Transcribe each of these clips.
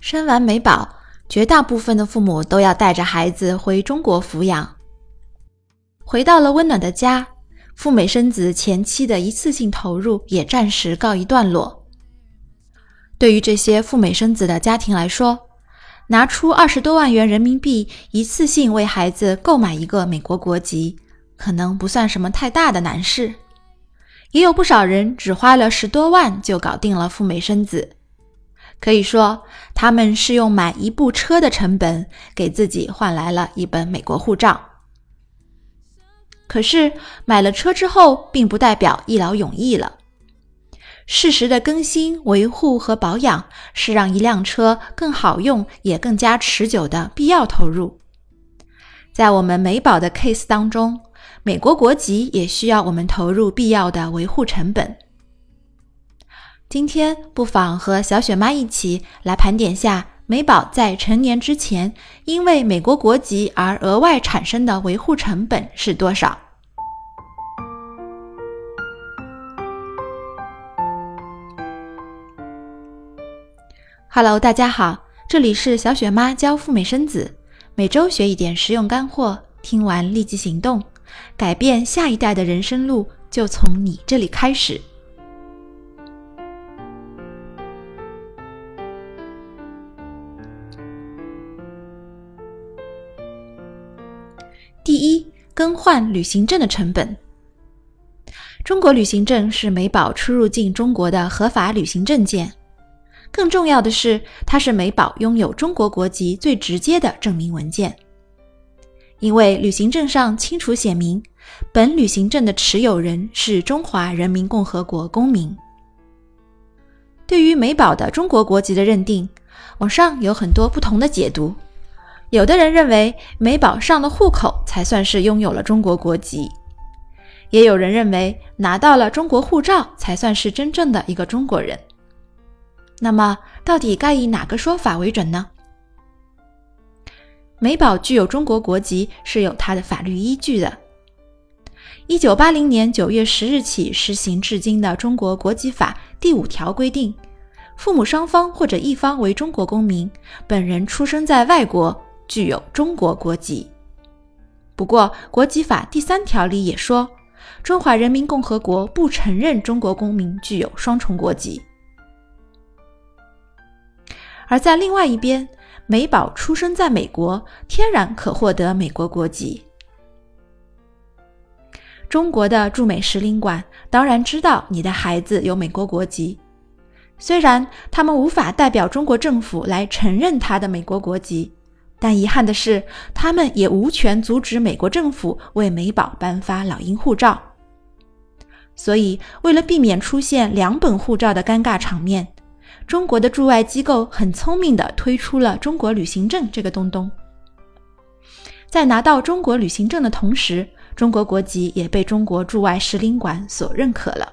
生完美宝，绝大部分的父母都要带着孩子回中国抚养。回到了温暖的家，赴美生子前期的一次性投入也暂时告一段落。对于这些赴美生子的家庭来说，拿出20多万元人民币一次性为孩子购买一个美国国籍，可能不算什么太大的难事。也有不少人只花了10多万就搞定了赴美生子。可以说，他们是用买一部车的成本给自己换来了一本美国护照。可是买了车之后，并不代表一劳永逸了。适时的更新、维护和保养是让一辆车更好用也更加持久的必要投入。在我们美宝的 case 当中，美国国籍也需要我们投入必要的维护成本。今天不妨和小雪妈一起来盘点下美宝在成年之前因为美国国籍而额外产生的维护成本是多少。Hello， 大家好，这里是小雪妈教赴美生子，每周学一点实用干货，听完立即行动，改变下一代的人生路就从你这里开始。第一，更换旅行证的成本。中国旅行证是美宝出入境中国的合法旅行证件。更重要的是，它是美宝拥有中国国籍最直接的证明文件。因为旅行证上清楚写明，本旅行证的持有人是中华人民共和国公民。对于美宝的中国国籍的认定，网上有很多不同的解读。有的人认为美宝上了户口才算是拥有了中国国籍，也有人认为拿到了中国护照才算是真正的一个中国人。那么到底该以哪个说法为准呢？美宝具有中国国籍是有它的法律依据的。1980年9月10日起施行至今的中国国籍法第5条规定，父母双方或者一方为中国公民，本人出生在外国，具有中国国籍。不过国籍法第3条里也说，中华人民共和国不承认中国公民具有双重国籍。而在另外一边，美宝出生在美国，天然可获得美国国籍。中国的驻美使领馆当然知道你的孩子有美国国籍，虽然他们无法代表中国政府来承认他的美国国籍，但遗憾的是，他们也无权阻止美国政府为美宝颁发老鹰护照。所以，为了避免出现2本护照的尴尬场面，中国的驻外机构很聪明地推出了中国旅行证这个东东。在拿到中国旅行证的同时，中国国籍也被中国驻外使领馆所认可了。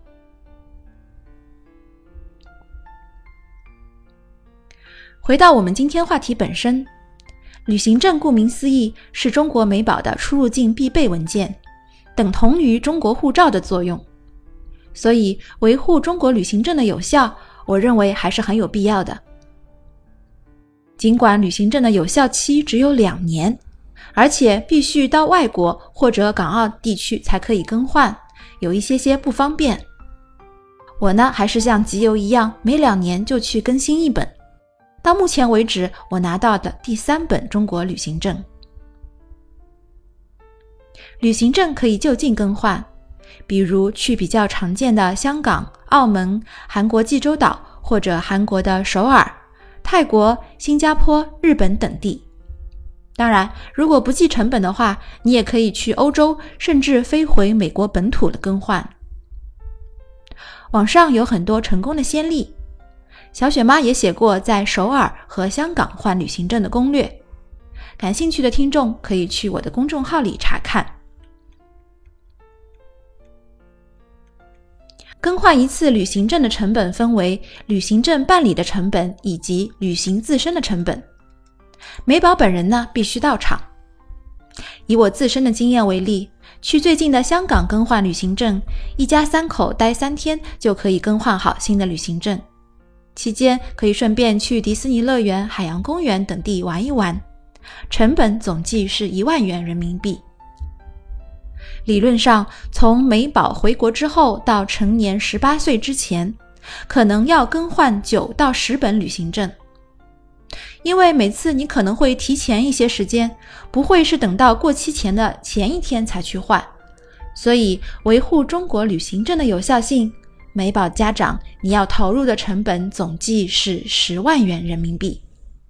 回到我们今天话题本身，旅行证顾名思义是中国美宝的出入境必备文件，等同于中国护照的作用。所以维护中国旅行证的有效，我认为还是很有必要的。尽管旅行证的有效期只有2年，而且必须到外国或者港澳地区才可以更换，有一些不方便。我呢，还是像集邮一样，每2年就去更新一本。到目前为止，我拿到的第3本中国旅行证。旅行证可以就近更换，比如去比较常见的香港、澳门、韩国济州岛或者韩国的首尔、泰国、新加坡、日本等地。当然，如果不计成本的话，你也可以去欧洲，甚至飞回美国本土的更换。网上有很多成功的先例，小雪妈也写过在首尔和香港换旅行证的攻略，感兴趣的听众可以去我的公众号里查看。更换一次旅行证的成本分为旅行证办理的成本以及旅行自身的成本。美宝本人呢，必须到场。以我自身的经验为例，去最近的香港更换旅行证，一家3口待3天就可以更换好新的旅行证。 期间可以顺便去迪士尼乐园、海洋公园等地玩一玩，成本总计是1万元人民币。理论上，从美宝回国之后到成年18岁之前，可能要更换9到10本旅行证。因为每次你可能会提前一些时间，不会是等到过期前的前一天才去换，所以维护中国旅行证的有效性，美宝家长你要投入的成本总计是10万元人民币。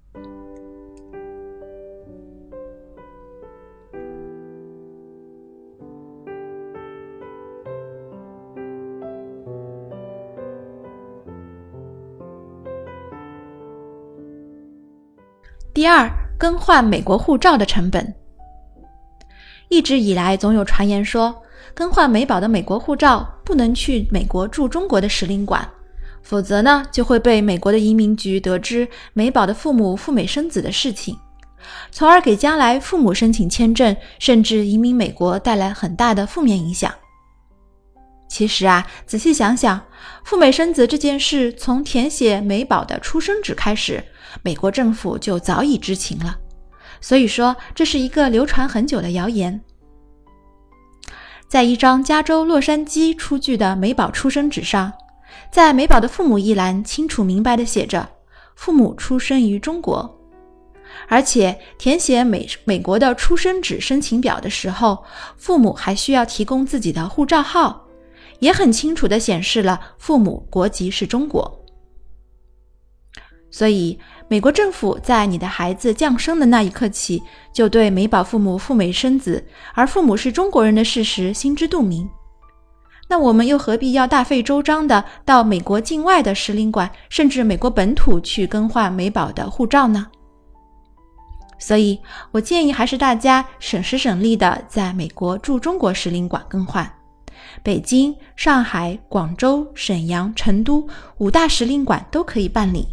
第二，更换美国护照的成本。一直以来总有传言说，更换美宝的美国护照不能去美国驻中国的使领馆，否则呢就会被美国的移民局得知美宝的父母赴美生子的事情，从而给将来父母申请签证甚至移民美国带来很大的负面影响。其实仔细想想，赴美生子这件事从填写美宝的出生纸开始，美国政府就早已知情了，所以说这是一个流传很久的谣言。在一张加州洛杉矶出具的美宝出生纸上，在美宝的父母一栏清楚明白地写着父母出生于中国，而且填写美国的出生纸申请表的时候，父母还需要提供自己的护照号，也很清楚地显示了父母国籍是中国。所以美国政府在你的孩子降生的那一刻起，就对美宝父母赴美生子而父母是中国人的事实心知肚明。那我们又何必要大费周章的到美国境外的使领馆甚至美国本土去更换美宝的护照呢？所以我建议还是大家省时省力的在美国驻中国使领馆更换。北京、上海、广州、沈阳、成都5大使领馆都可以办理。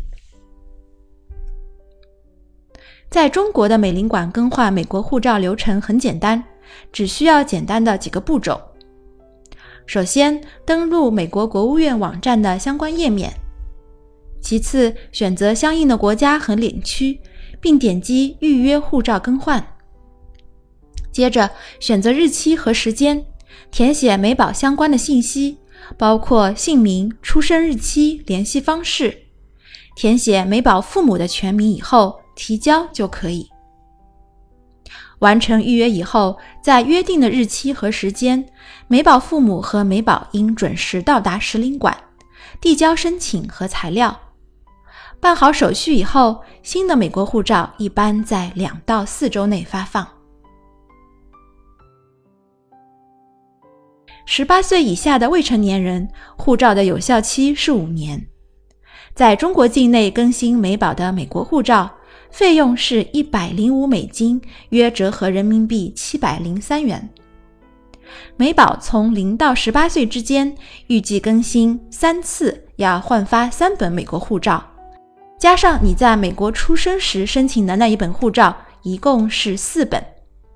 在中国的美领馆更换美国护照流程很简单，只需要简单的几个步骤。首先，登录美国国务院网站的相关页面。其次，选择相应的国家和领区，并点击预约护照更换。接着，选择日期和时间，填写美宝相关的信息，包括姓名、出生日期、联系方式。填写美宝父母的全名以后，提交就可以。完成预约以后，在约定的日期和时间，美宝父母和美宝应准时到达使领馆，递交申请和材料。办好手续以后，新的美国护照一般在2到4周内发放。18岁以下的未成年人，护照的有效期是5年。在中国境内更新美宝的美国护照，费用是$105，约折合人民币703元。美宝从0到18岁之间，预计更新3次，要换发3本美国护照，加上你在美国出生时申请的那一本护照，一共是4本。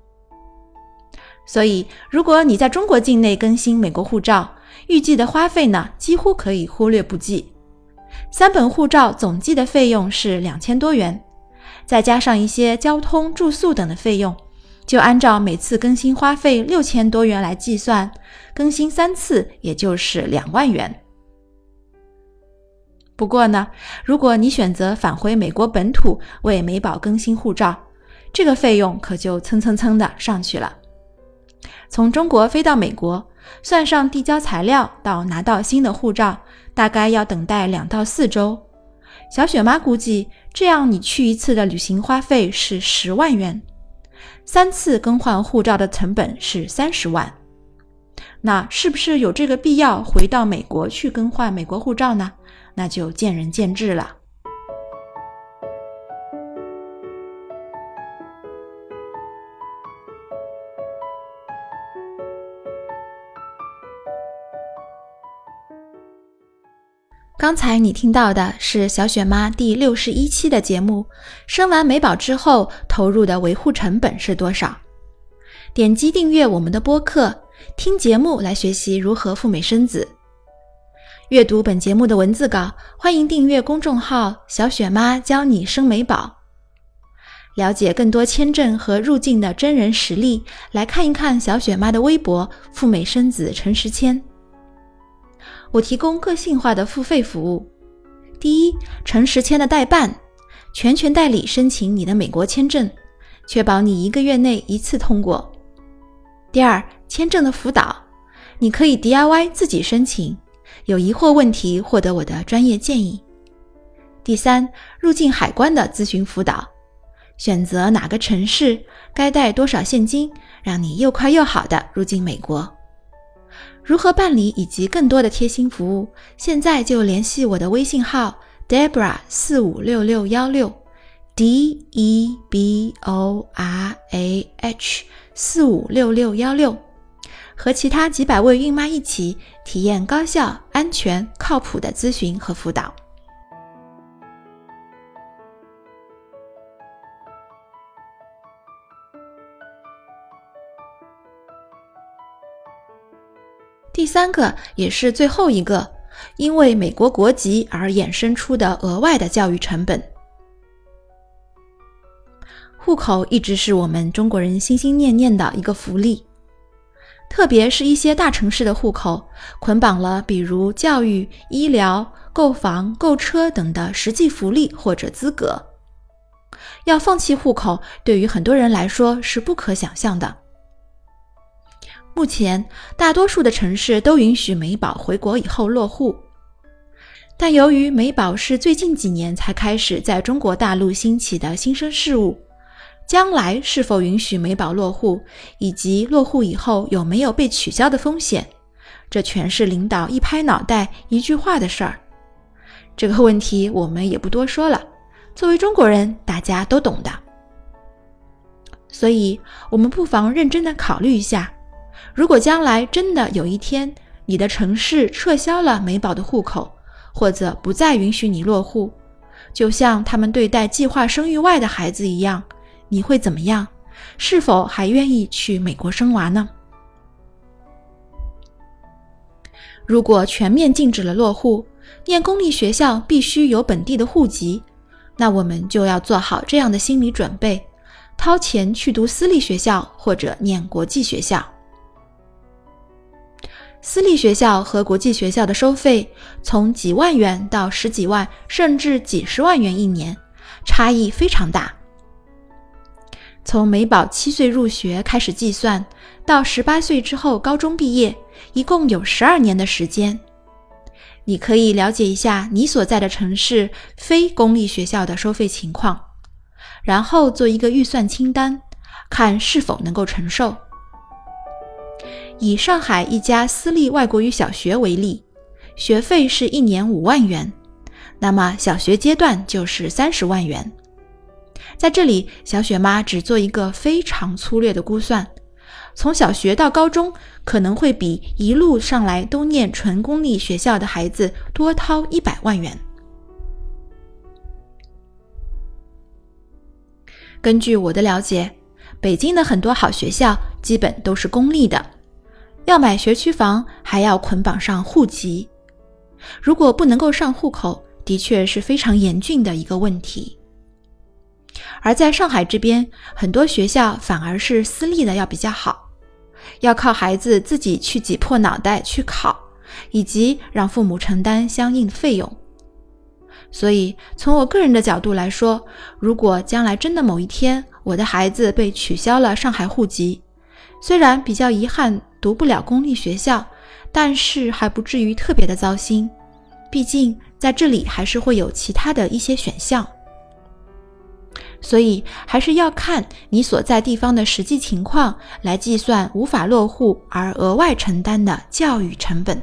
所以，如果你在中国境内更新美国护照，预计的花费呢，几乎可以忽略不计。3本护照总计的费用是2000多元，再加上一些交通、住宿等的费用，就按照每次更新花费6000多元来计算，更新3次也就是2万元。不过呢，如果你选择返回美国本土为美宝更新护照，这个费用可就蹭蹭蹭的上去了。从中国飞到美国，算上递交材料到拿到新的护照，大概要等待2到4周。小雪妈估计，这样你去一次的旅行花费是10万元，3次更换护照的成本是30万。那是不是有这个必要回到美国去更换美国护照呢？那就见仁见智了。刚才你听到的是小雪妈第61期的节目，生完美宝之后投入的维护成本是多少？点击订阅我们的播客，听节目来学习如何赴美生子。 阅读本节目的文字稿，欢迎订阅公众号小雪妈教你生美宝。了解更多签证和入境的真人实例，来看一看小雪妈的微博赴美生子陈时谦。我提供个性化的付费服务。第一，陈时谦的代办，全权代理申请你的美国签证，确保你1个月内一次通过。第二，签证的辅导，你可以 DIY 自己申请，有疑惑问题获得我的专业建议。第三，入境海关的咨询辅导，选择哪个城市，该带多少现金，让你又快又好的入境美国。如何办理以及更多的贴心服务，现在就联系我的微信号 Deborah4566616 DEBORAH4566616，和其他几百位孕妈一起体验高效、安全、靠谱的咨询和辅导。第三个，也是最后一个，因为美国国籍而衍生出的额外的教育成本。户口一直是我们中国人心心念念的一个福利，特别是一些大城市的户口，捆绑了比如教育、医疗、购房、购车等的实际福利或者资格。要放弃户口，对于很多人来说是不可想象的。目前，大多数的城市都允许美宝回国以后落户，但由于美宝是最近几年才开始在中国大陆兴起的新生事物，将来是否允许美宝落户，以及落户以后有没有被取消的风险，这全是领导一拍脑袋一句话的事儿。这个问题我们也不多说了，作为中国人，大家都懂的。所以，我们不妨认真地考虑一下，如果将来真的有一天，你的城市撤销了美宝的户口，或者不再允许你落户，就像他们对待计划生育外的孩子一样，你会怎么样？是否还愿意去美国生娃呢？如果全面禁止了落户，念公立学校必须有本地的户籍，那我们就要做好这样的心理准备，掏钱去读私立学校或者念国际学校。私立学校和国际学校的收费从几万元到十几万甚至几十万元一年，差异非常大。从美宝7岁入学开始计算，到18岁之后高中毕业，一共有12年的时间。你可以了解一下你所在的城市非公立学校的收费情况，然后做一个预算清单，看是否能够承受。以上海一家私立外国语小学为例，学费是1年5万元，那么小学阶段就是30万元。在这里，小雪妈只做一个非常粗略的估算，从小学到高中可能会比一路上来都念纯公立学校的孩子多掏100万元。根据我的了解，北京的很多好学校基本都是公立的，要买学区房还要捆绑上户籍，如果不能够上户口，的确是非常严峻的一个问题。而在上海这边，很多学校反而是私立的要比较好，要靠孩子自己去挤破脑袋去考，以及让父母承担相应的费用。所以从我个人的角度来说，如果将来真的某一天我的孩子被取消了上海户籍，虽然比较遗憾读不了公立学校，但是还不至于特别的糟心，毕竟在这里还是会有其他的一些选项。所以还是要看你所在地方的实际情况来计算无法落户而额外承担的教育成本。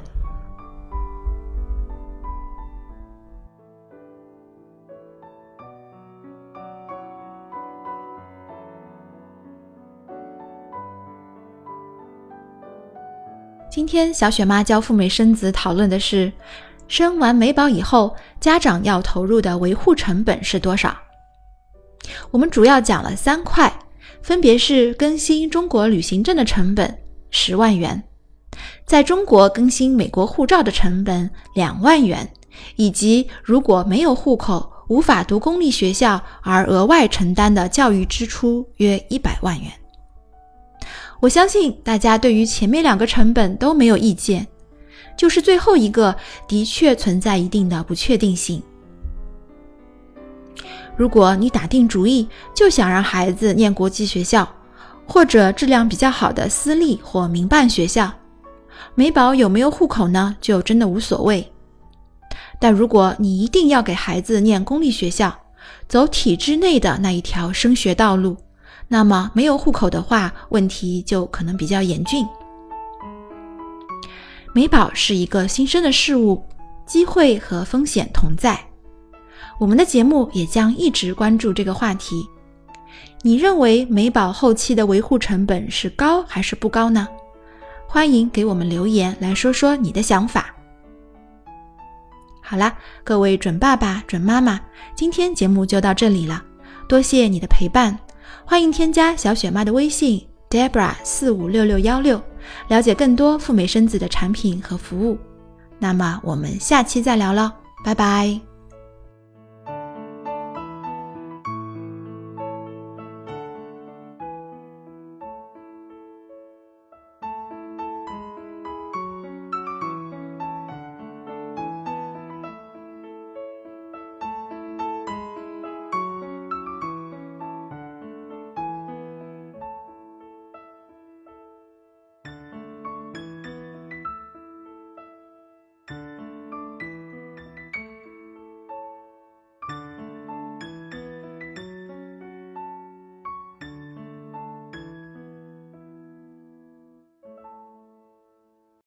今天小雪妈教赴美生子讨论的是，生完美宝以后，家长要投入的维护成本是多少？我们主要讲了3块，分别是更新中国旅行证的成本10万元， 在中国更新美国护照的成本2万元，以及如果没有户口无法读公立学校而额外承担的教育支出约100万元。我相信大家对于前面2个成本都没有意见，就是最后一个的确存在一定的不确定性。如果你打定主意就想让孩子念国际学校，或者质量比较好的私立或民办学校，美宝有没有户口呢，就真的无所谓。但如果你一定要给孩子念公立学校，走体制内的那一条升学道路，那么没有户口的话，问题就可能比较严峻。美宝是一个新生的事物，机会和风险同在。我们的节目也将一直关注这个话题。你认为美宝后期的维护成本是高还是不高呢？欢迎给我们留言来说说你的想法。好啦，各位准爸爸、准妈妈，今天节目就到这里了，多谢你的陪伴。欢迎添加小雪妈的微信 Debra456616，了解更多赴美生子的产品和服务。那么我们下期再聊咯，拜拜。